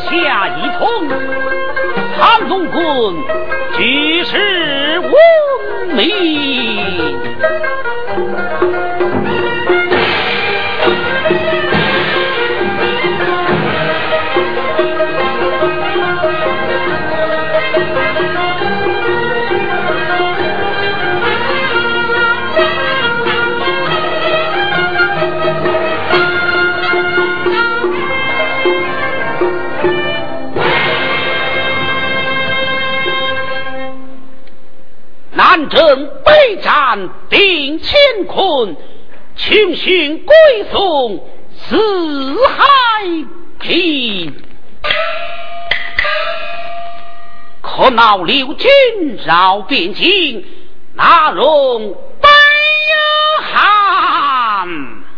下一统，唐龙棍举世闻名。南征北战定乾坤，穷寻归宋四海平。可恼刘军绕边境，哪容北汉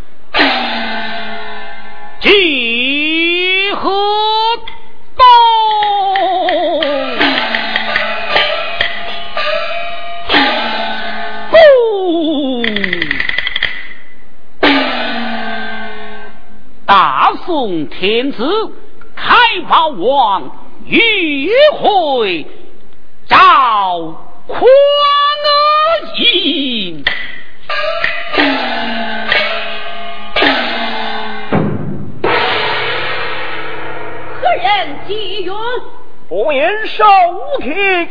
聚合东？大宋天子开宝王与会赵匡胤， 何人急云？ 不言受听。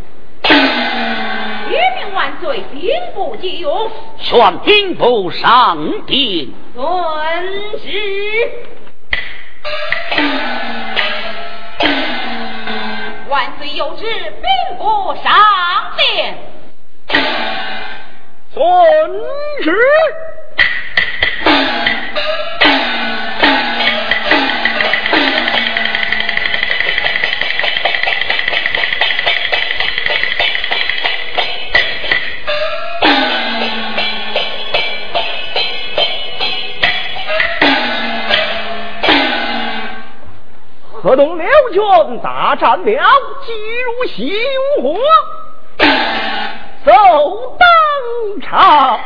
岳明万岁，兵部急用， 宣兵部上殿。 遵旨。万岁有旨，兵部上殿。 遵旨。河东六军大战了，急如西火，走当朝。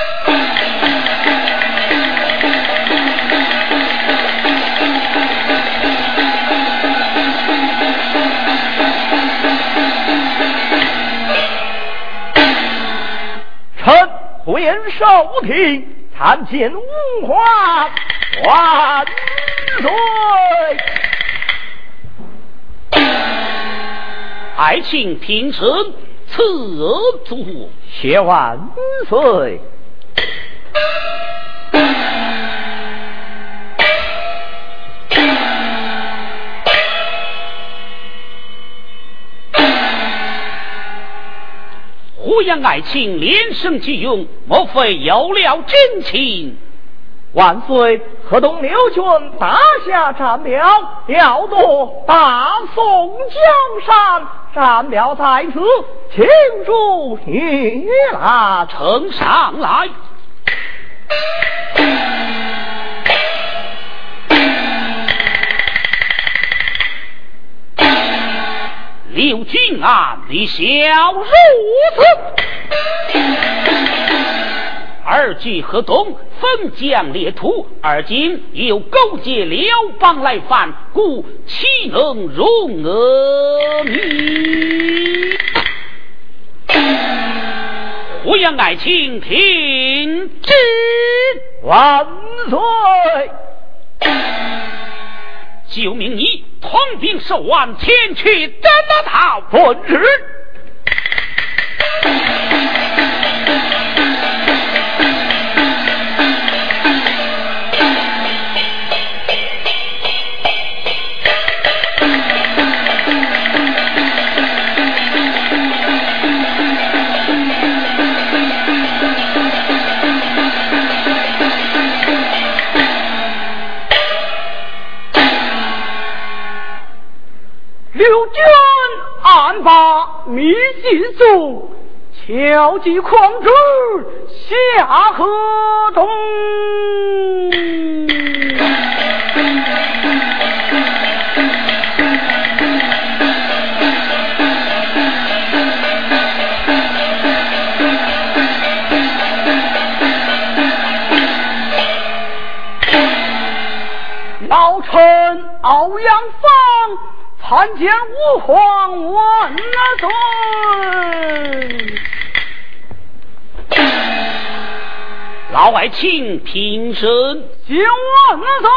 臣不言受听，参见文化万岁。 爱卿平身赐座， 谢万岁。 胡杨爱卿连声急用，莫非有了真情？ 万岁，河东六军大下战了，要夺大宋江山，战了在此，请入御来。 呈上来。刘军啊，你小如此，二据河东，分疆列土，而今又勾结辽邦来犯，故岂能容你？胡杨爱卿听旨， 万岁。 就命你统兵手腕，前去征了他。 遵旨。刘军暗把密信送，敲击狂之下河东。老臣欧阳方参见吾皇万岁。 老爱卿平身， 见万岁。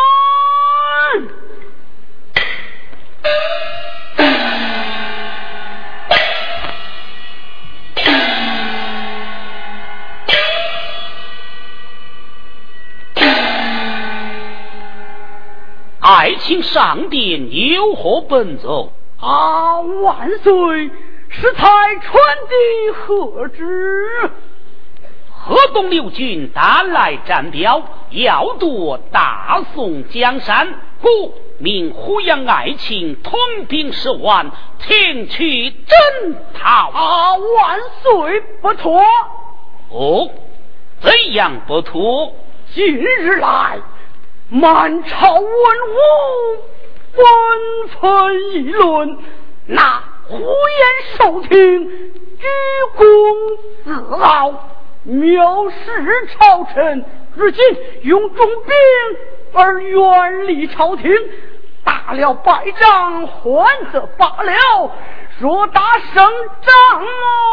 爱卿上殿有何奔走？ 啊，万岁！是才传的贺旨。 河东六军单来战表，要夺大宋江山，故命胡杨爱卿统兵10万，前去征讨。 啊，万岁不妥。 哦，怎样不妥？ 近日来，满朝文武纷纷议论，那胡言受听，居功自傲，藐视朝臣。如今用重兵而远离朝廷，打了败仗还则罢了，若打胜仗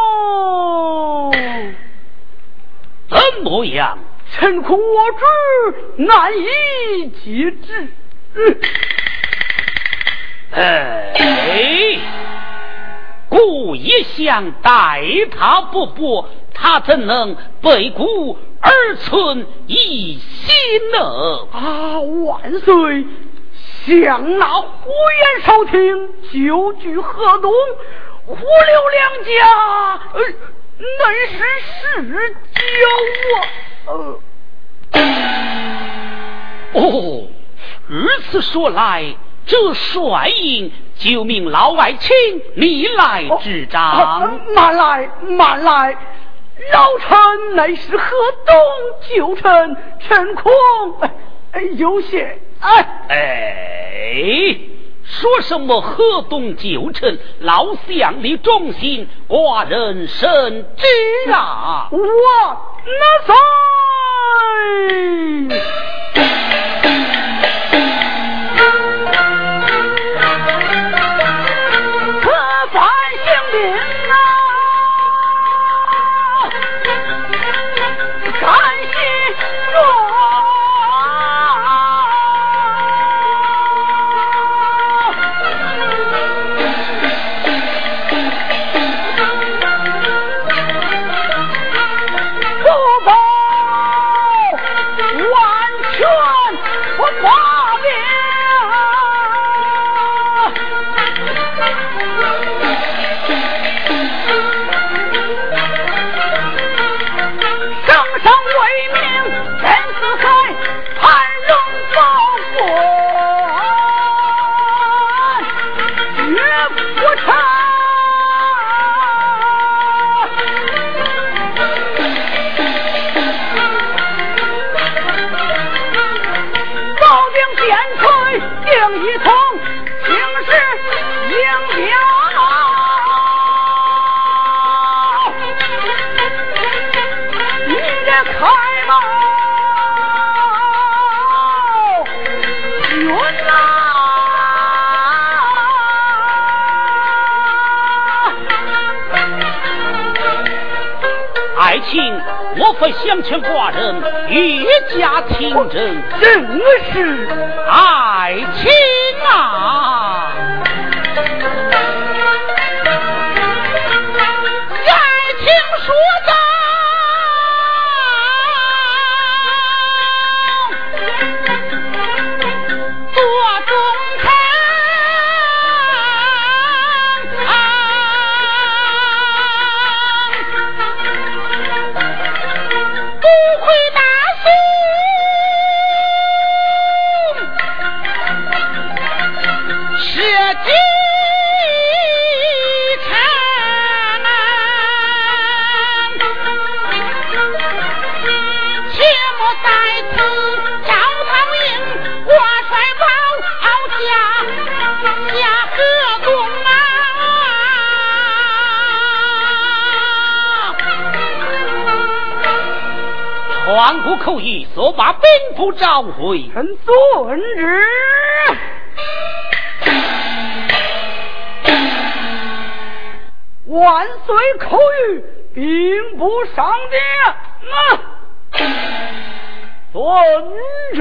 怎么样？ 臣恐我之难以节制。 故也想待他不薄，他怎能背骨而存一心呢？ 啊，万岁！想那胡言少听，就据河东，胡刘两家，乃是世交如此说来，这帅印就命老爱卿你来执掌。 慢来，老臣乃是河东旧臣，臣恐有些说什么河东旧臣，老相的忠心，寡人深知啊。 我那在此番行令啊，感谢着莫非相劝寡人越加听真？ 正是爱卿啊！爱卿说道，做忠臣环顾口谕，所把兵部召回。 臣遵旨。 万岁口谕，兵部上殿。遵旨。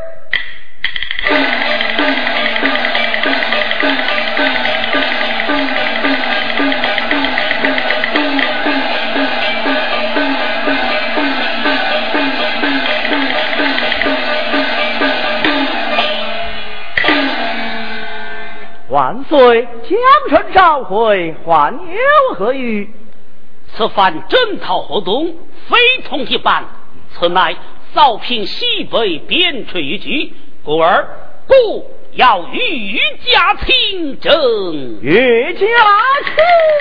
万岁，江城召回，还有何语？ 此番征讨活动非同一般，此乃扫平西北边陲一举，故而故要御驾亲征。 御驾亲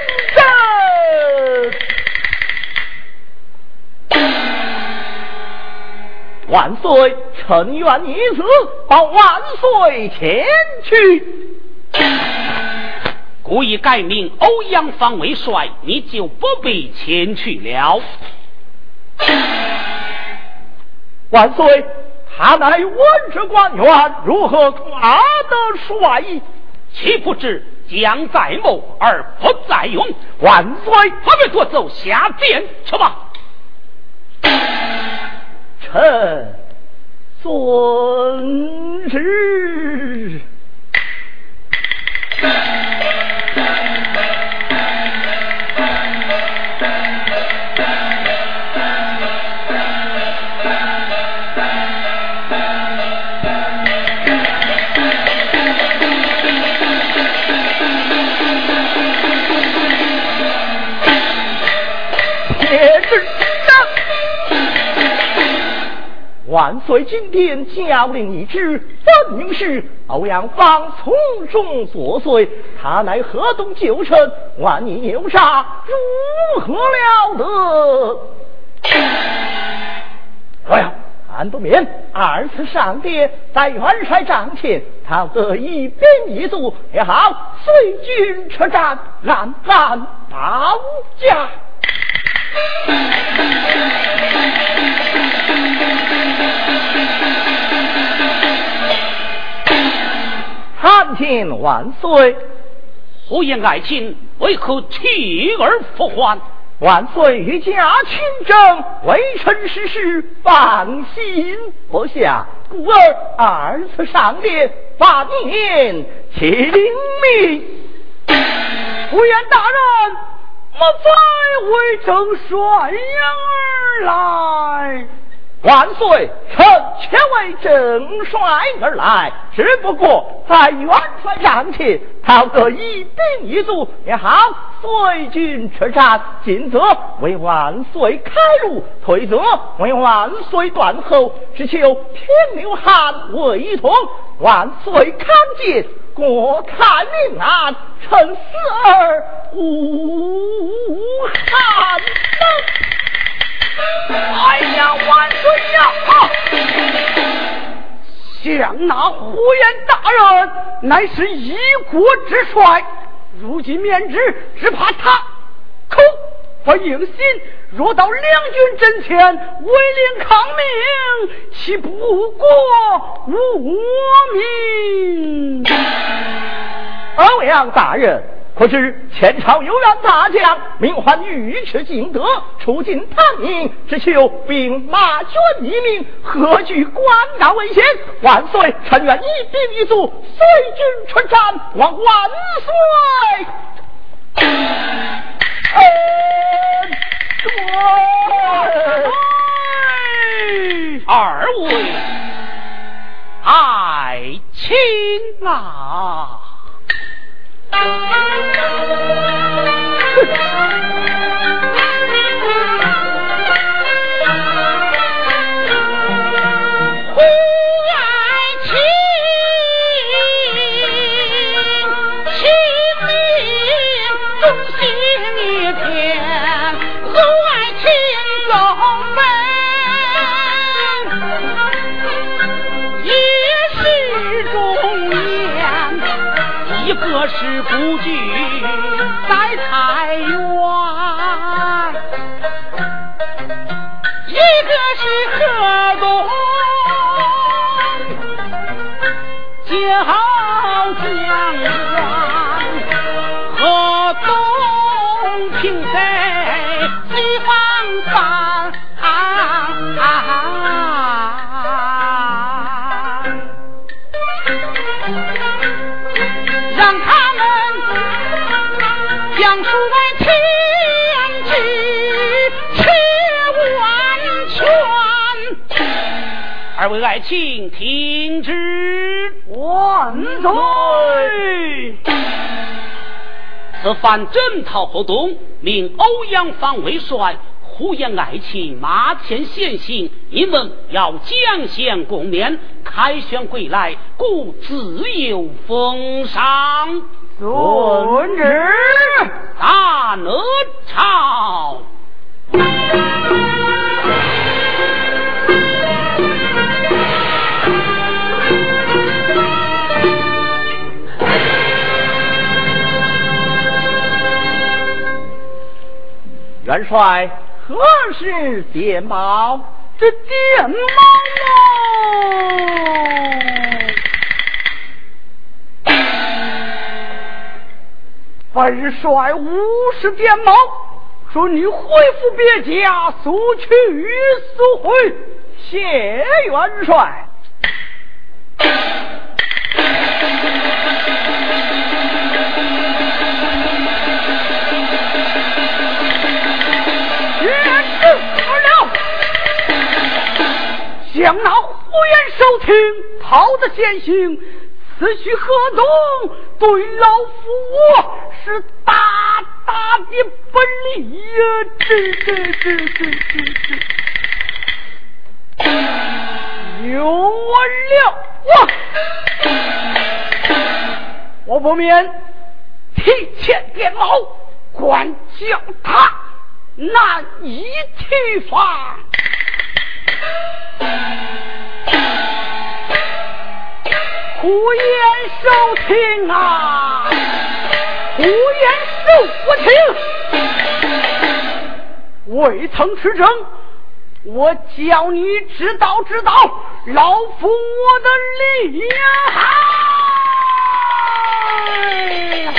征！万岁，臣愿以此保万岁前去。 故意改名欧阳方为帅，你就不必前去了。 万岁，他乃文职官员，如何挂得帅意？ 岂不知将在谋而不在用？ 万岁， 何必多走，下殿去吧。 臣遵旨。万岁今天教令一旨，分明是欧阳方从中作祟，他乃河东旧臣，万一有杀，如何了得？哎呀，俺不免二次上殿，在元帅帐前，他得一兵一卒也好，随军出战，暗暗保驾。参见万岁。 胡言爱卿，为何去而复还？ 万岁御驾亲征，微臣事事放心不下，故而二次上殿，把您请命。胡言大人，莫再为正帅阳而来。万岁，臣且为正帅而来，只不过在元帅帐前，他得一兵一卒也好，随军出战，进则为万岁开路，退则为万岁断后，只求天流汗为同，万岁康健，国泰民安，臣死而无憾。哎呀，万岁呀！像那胡言大人，乃是一国之帅，如今免职，只怕他口不应心。若到两军阵前，为领抗命，岂不过无名？欧阳大人，可知前朝有员大将，名唤尉迟敬德，出尽唐营，只求兵马捐一命，何惧官大危险？万岁，臣愿一兵一卒，随军出战，望万岁二位爱卿啊！一个是不惧在太原，一个是河东叫江湾，河东情在西方方，让他们讲述来天机且完全。二位爱卿听之， 万岁！ 此番征讨活动，命欧阳防卫帅呼延爱卿马前先行，你们要将相共勉，凯旋归来，故自有封赏。 遵旨。 大哪朝。 元帅何时电报？ 这电报本帅50电报，说你回复别家，速去速回。 谢元帅。 将那胡言收听，讨得先行，此去河东，对老夫我是大大的不利呀！有我我不免提前电报，管教他难以提防。胡言收听啊，胡言收听，未曾持证，我叫你知道老夫我的厉害。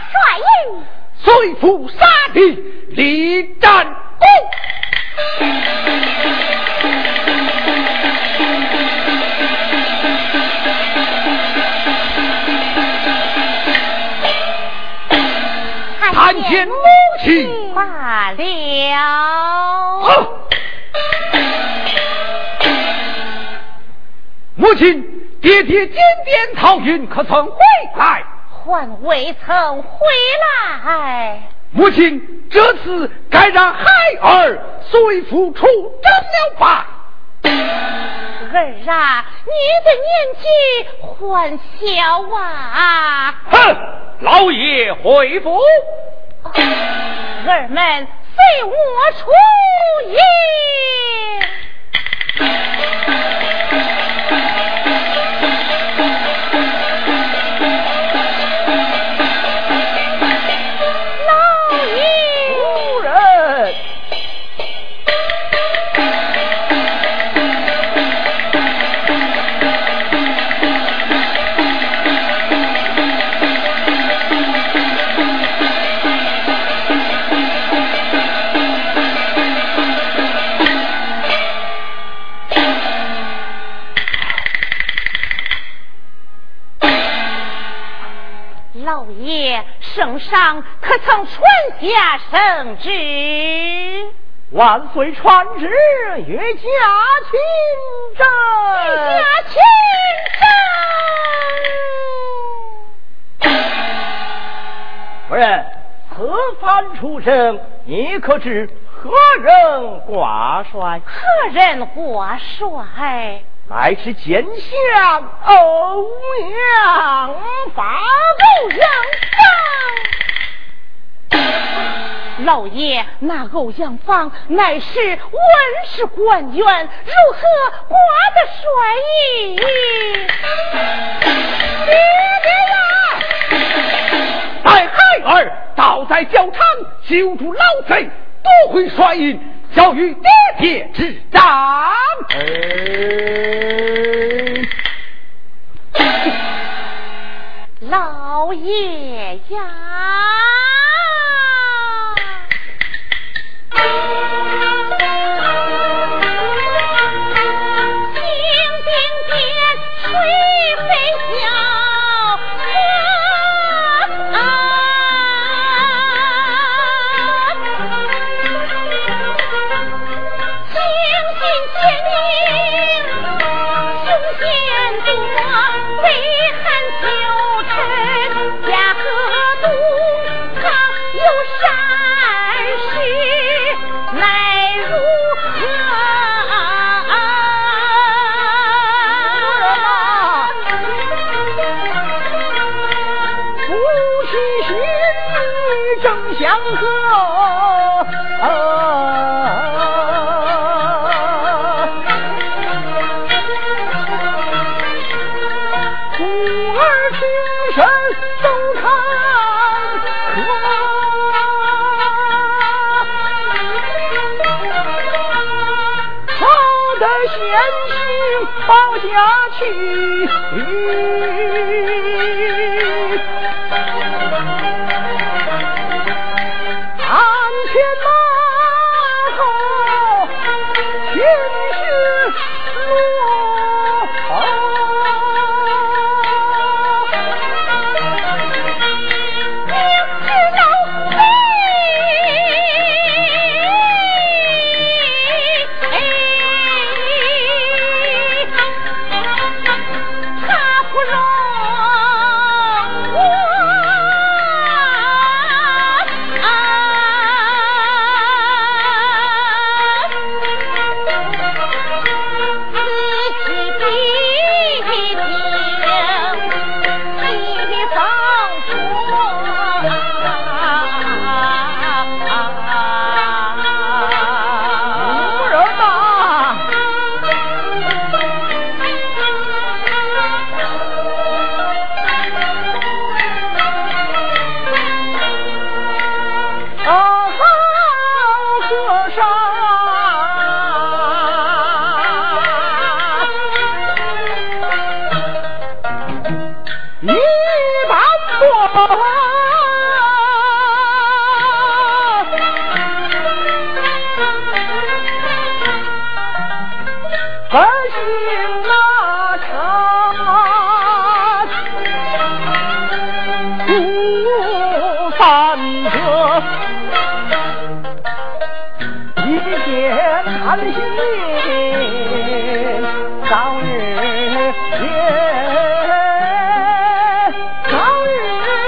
帅印， 随父杀敌，立战功。参见母亲。 罢了。 母亲，爹爹检点曹云可曾回来？ 还未曾回来。 母亲，这次该让孩儿随父出征了吧？ 儿啊，你的年纪还小啊！ 哼，老爷回府。 儿们随我出营。老爷，圣上可曾传下圣旨？ 万岁传旨，御驾亲征。 御驾亲征。 夫人，此番出征，你可知何人挂帅？ 何人挂帅？ 乃是奸相欧阳法。 欧阳芳，老爷，那欧阳芳乃是文士官员，如何挂得帅印？ 爹呀！带孩儿倒在教场，揪住老贼，夺回帅印，交与爹爹执掌。 老爷呀！ 跑下去，鞍前马后，前世落后。 明知道他不容。 三者，一见看心，早日早日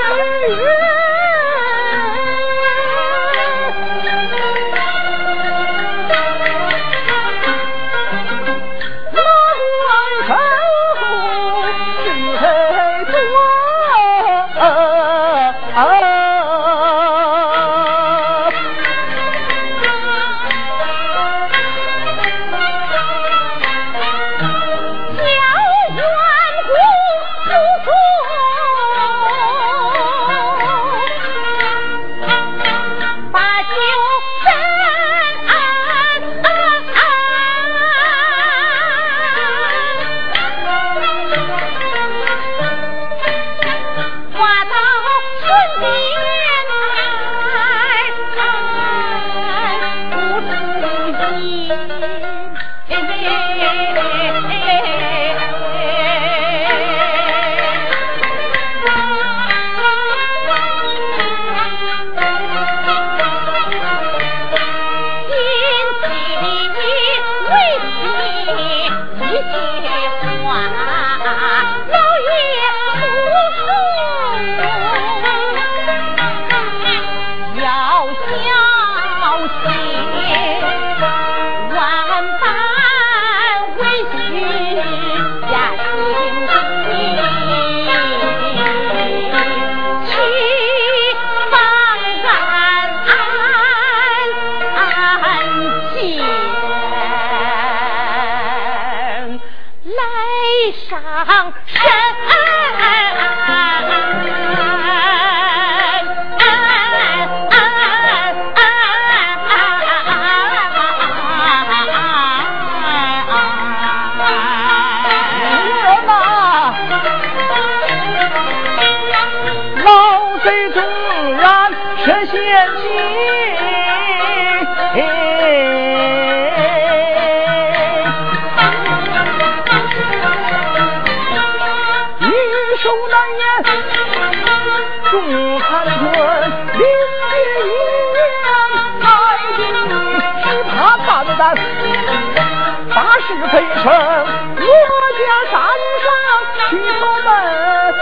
大事飞升，我家山上去投奔，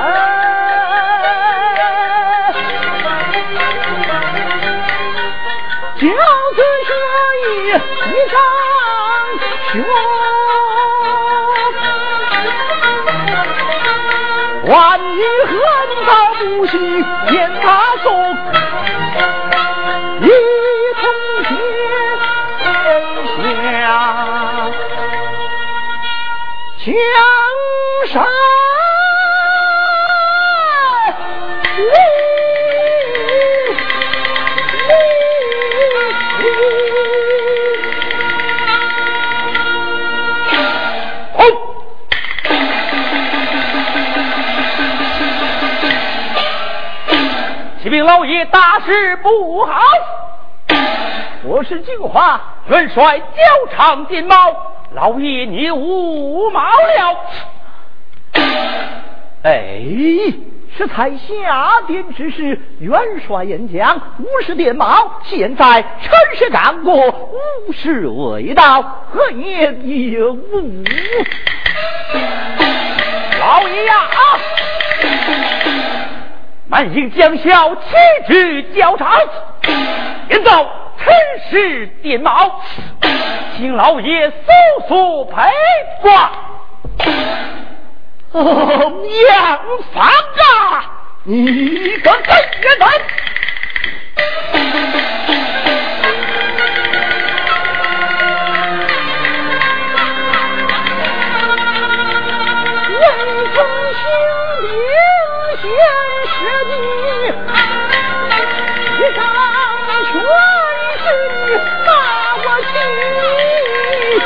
教子学艺一张胸，万一恨到不惜见他送，一同天下江山启禀老爷，大事不好！ 我是金华元帅脚长电毛，老爷你误谋了。 哎，是才下殿之时，元帅演讲50电毛，现在陈氏干过50未到，何言有误？ 老爷呀！满营将校齐聚教场，演奏陈氏电毛，请老爷速速陪挂。 杨方啊，你个笨人！文风行令显示你，一张全是你把我气。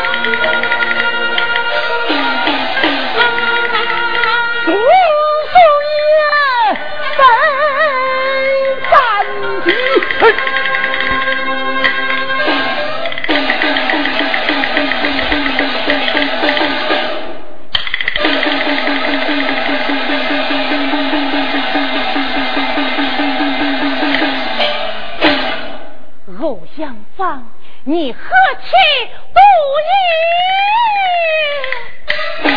祖宗爷在相逢，你何其不义！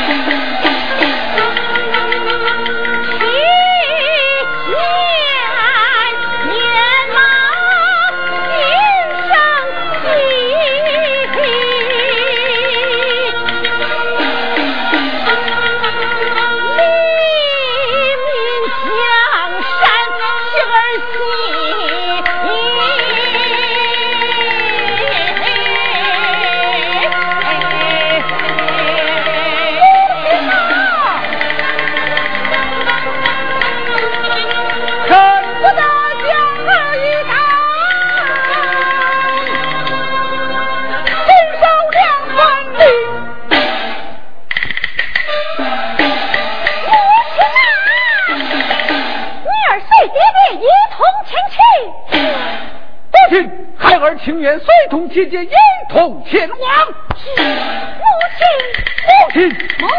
孩儿情愿随同姐姐一同前往。 母亲，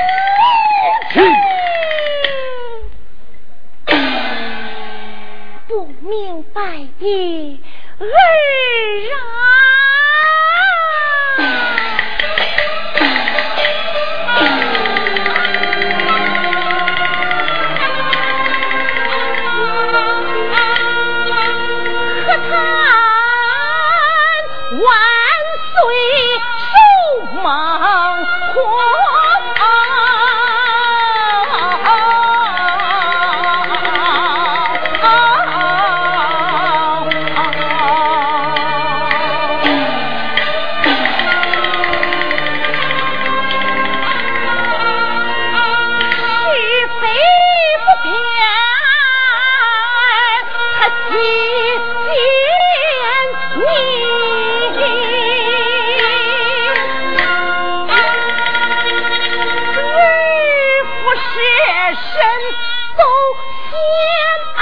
不明白的儿万岁寿梦活，是非不变，他心见你。身走险岸，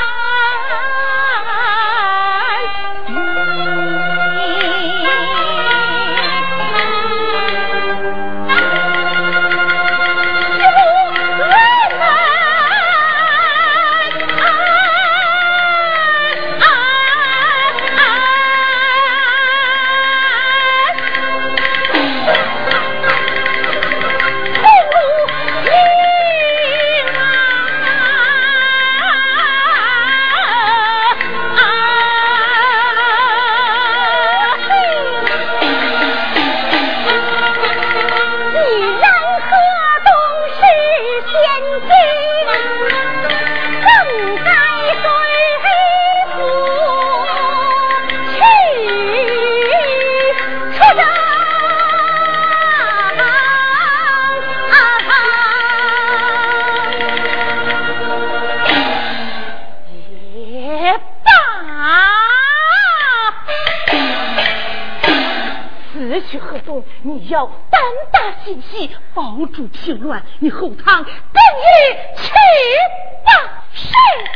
去河东，你要胆大心细，保住平乱。你后堂跟你去吧。是。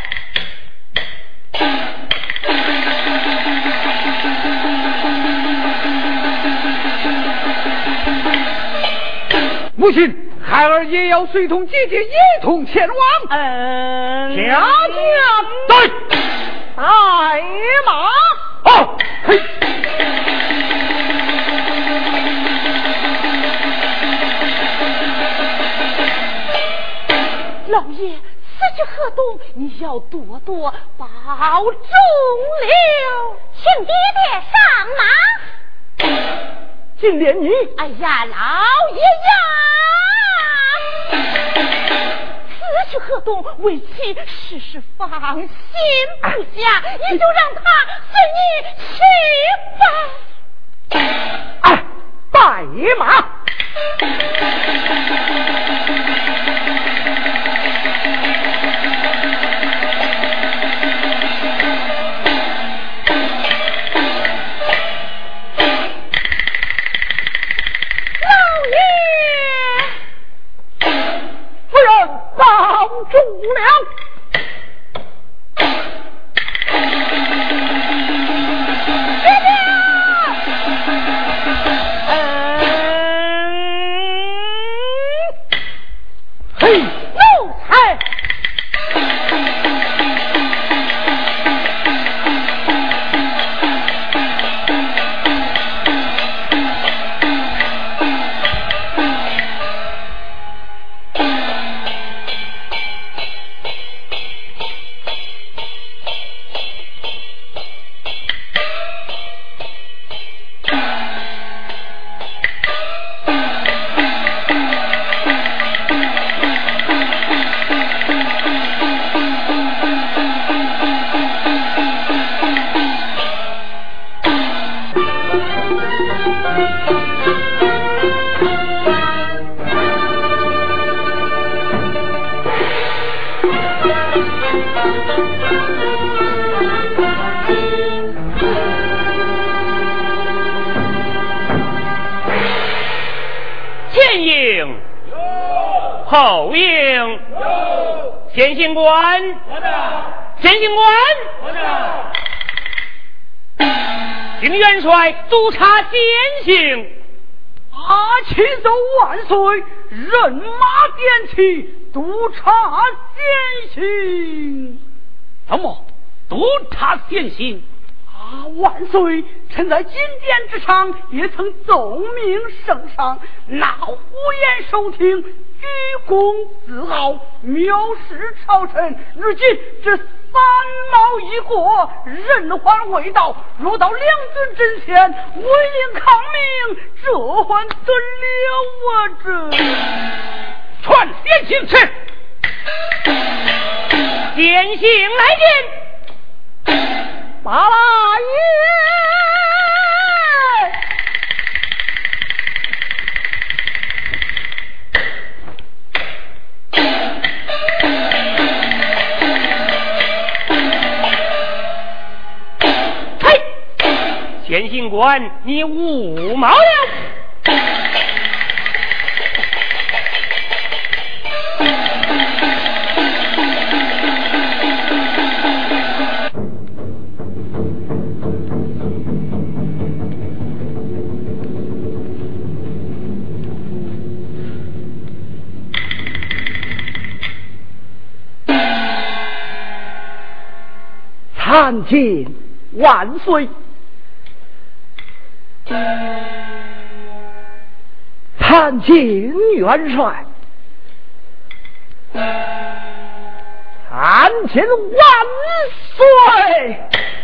母亲，孩儿也要随同姐姐一同前往。 家对，带马。 哦，嘿。 老爷，此去河东，你要多多保重了。请爹爹上马。 金莲你， 哎呀，老爷呀！此去河东，为妻事事放心不下，你就让他随你去吧。 带马。保住了。 后应。先行官。先行官。请元帅督察先行。 启奏万岁，人马点齐，督察先行。 怎么督察先行？ 万岁，臣在金殿之上也曾奏明圣上，那胡言收听，居功自豪，藐视朝臣。如今这三毛一过，人还未到，若到两军阵前为领抗命，这还得了这传先行吃。 先行来见。 马大爷， 嘿，先行官，你误谋了。 参见万岁！参见元帅！参见万岁！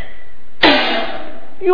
元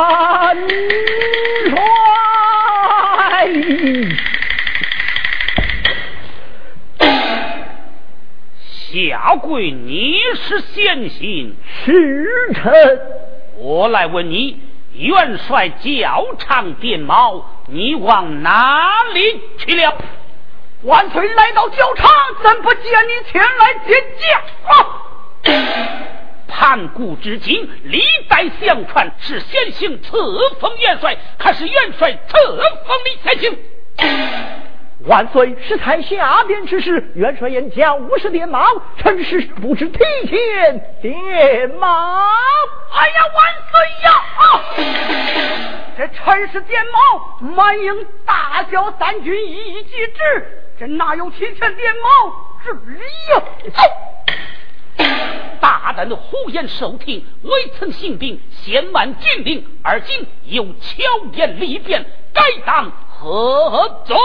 帅！ 下跪，你是先行。 是臣。 我来问你，元帅教场点卯，你往哪里去了？ 万岁来到教场，怎不见你前来接驾？ 盘古至今，历代相传是先行赐封元帅，还是元帅赐封你先行？ 万岁是才下殿之事，元帅言教50点卯，臣是不知提前点卯。 哎呀，万岁呀！这臣是点卯，满营大小3军一级制，这哪有提前点卯之理呀？ 大胆的胡言受听，未曾行兵，先慢军令，而今又巧言利辩，该当何罪？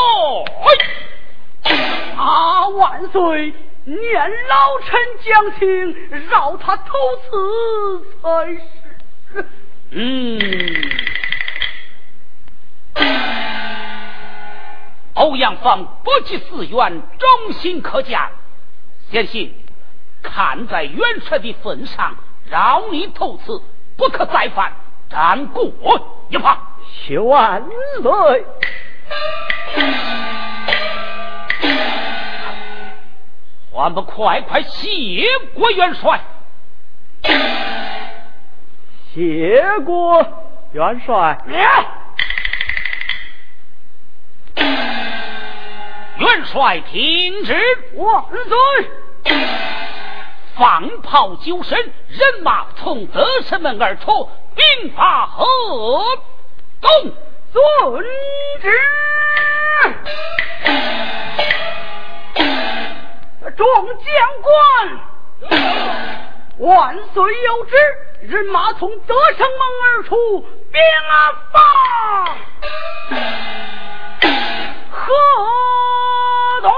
万岁，念老臣讲情，饶他头次才是。 欧阳锋不及4员，忠心可嘉。先行，看在元帅的份上，饶你头次，不可再犯，斩过一旁。 万岁！ 还不快谢过元帅！ 谢过元帅！ 元帅听旨！ 万岁！ 放炮9声，人马从德胜门而出，兵发河东。 遵旨。众将官，万岁有旨，人马从德胜门而出，兵发河东。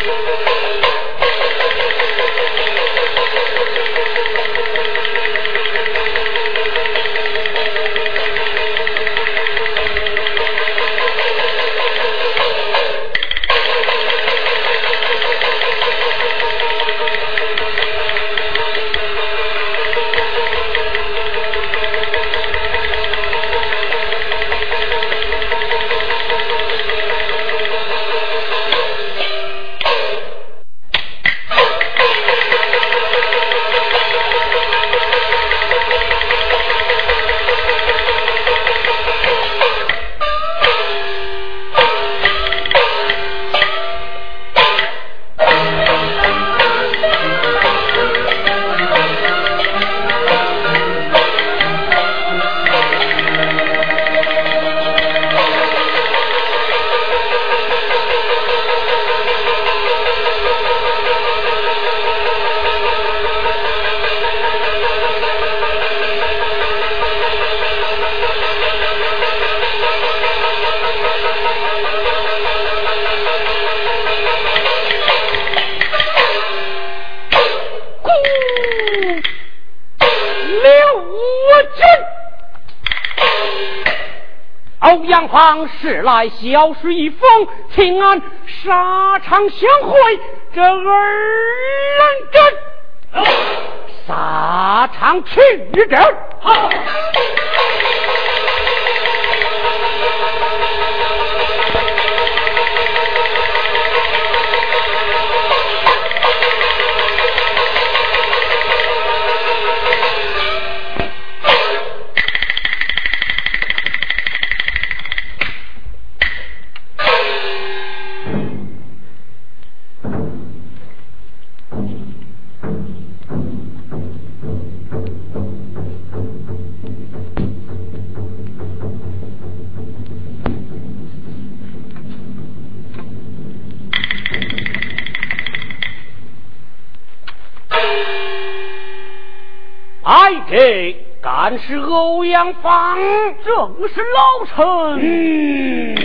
欧阳芳时来小事一封，请俺沙场相会，这二人真沙场去阵。好。 这干是欧阳芳， 正是老臣。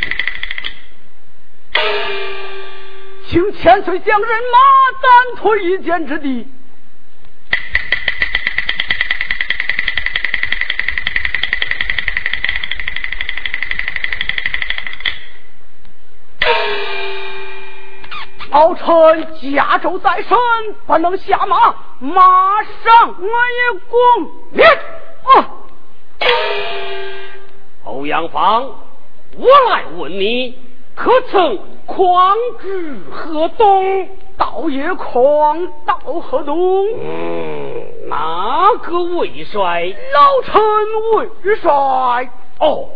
请千岁将人马暂退一箭之地。老臣家州在身，不能下马，马上我也光灭。 欧阳芳，我来问你，可曾匡至河东？ 倒也匡到河东。 哪个魏帅？ 老臣魏帅。 哦。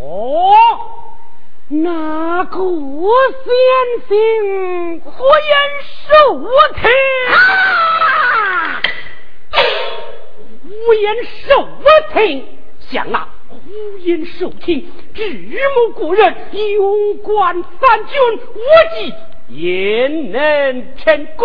那个先行火焰受听胡言受听，像那胡言受听，指目故人，勇冠三军，我计焉能成功？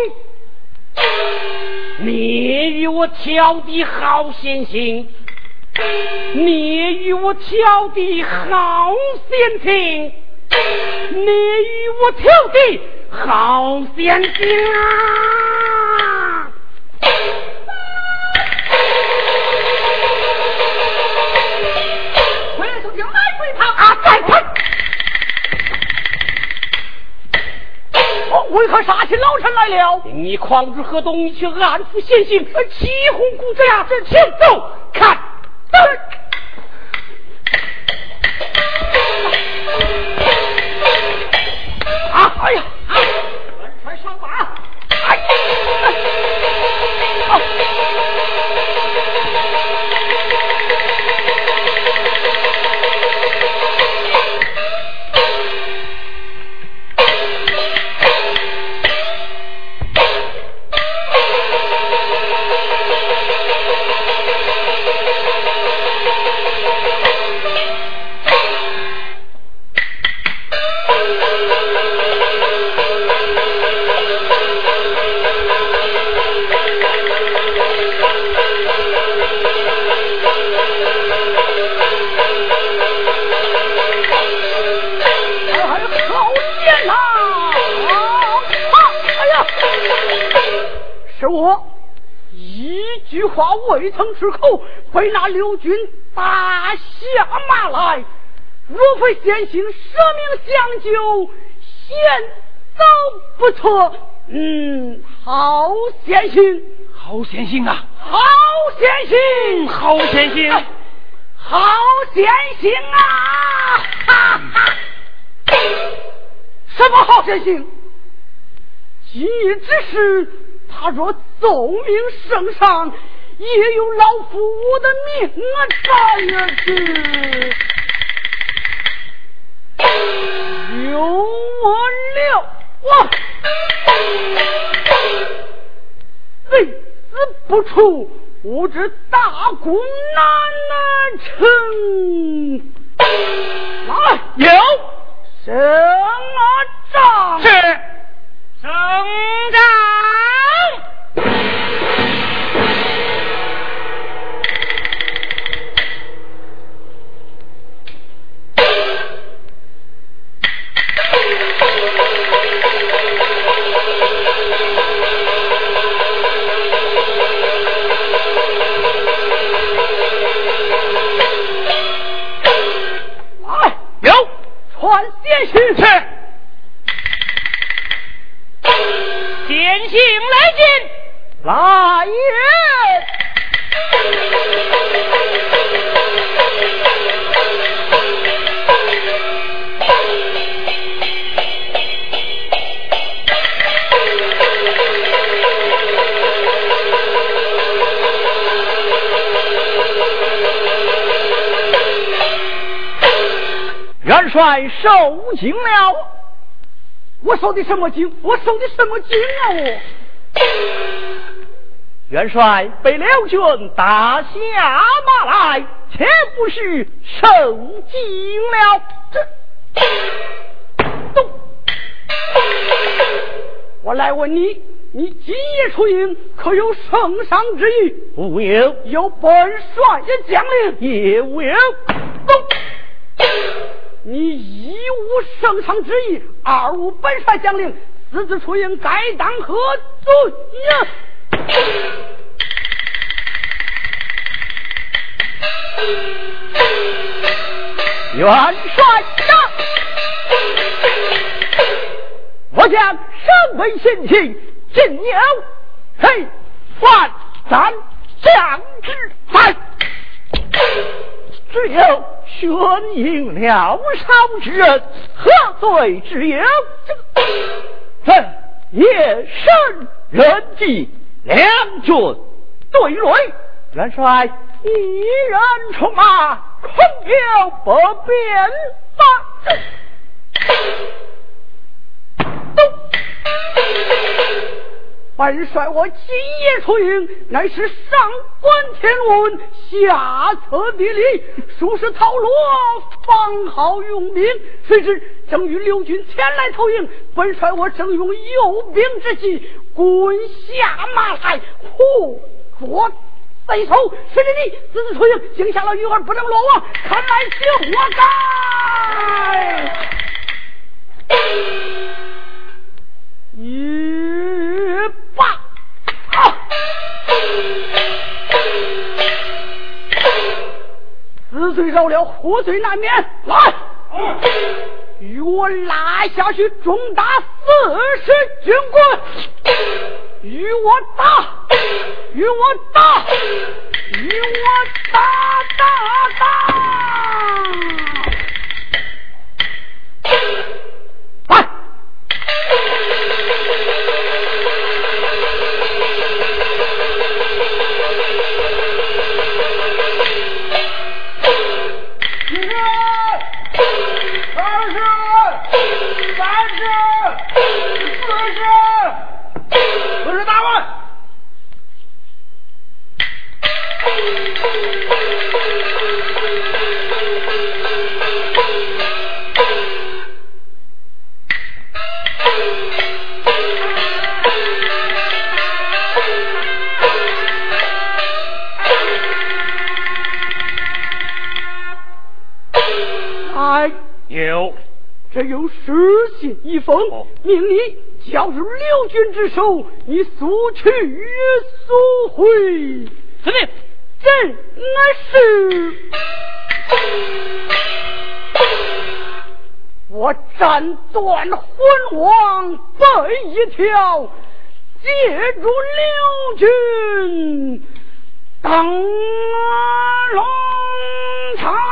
你与我挑的好先行，你与我挑的好先情，你与我挑的好先情啊！ 回来，兄弟，来回跑啊！再跑！为何杀起老臣来了？ 你匡至河东，你去安抚先行，起哄鼓这样，这前走看。 哎呀！元帅上马！哎呀！ 是我一句话未曾出口，被那刘军打下马来。若非先行舍命相救，先走不错。好先行， 好先行啊！ 好先行， 好先行， 好先行啊！哈哈，什么好先行？今日之事，他若奏明圣上，也有老夫我的命啊！在之有我了我。为此不出，吾之大功难成。来， 有升帐。 是省长。 传先行是，先行来见。 来也。元帅受惊了。 我受的什么惊？我受的什么惊啊？我元帅被刘军打下马来，岂不是受惊了？ 动！我来问你，你今夜出营，可有圣上之意？ 无有。 有本帅的将领？ 也无有。 动！你一无圣上之意，二无本帅将领，私自出营，该当何罪呀？ 元帅上，我将上为先秦，今有黑万咱将之在，只有宣引了少之人，何罪之有？朕夜深人静，两军对垒，元帅一人出马，恐有不便吧？ 本帅我今夜出营，乃是上观天文，下测地理，数十讨罗，方好用兵。谁知正与刘军前来投营，本帅我正用诱兵之计，滚下马来，捉贼首。谁知你私自出营，惊吓了鱼儿，不能落网，看来就活该。也罢，死罪饶了，活罪难免。来，与我拉下去，重打40军棍，与我打，与我打，与我打！来！ 不是大王。 这有诗信一封，命你交入刘军之手，你速去速回。 司令， 这是我斩断魂王背一条，借助刘军当龙场。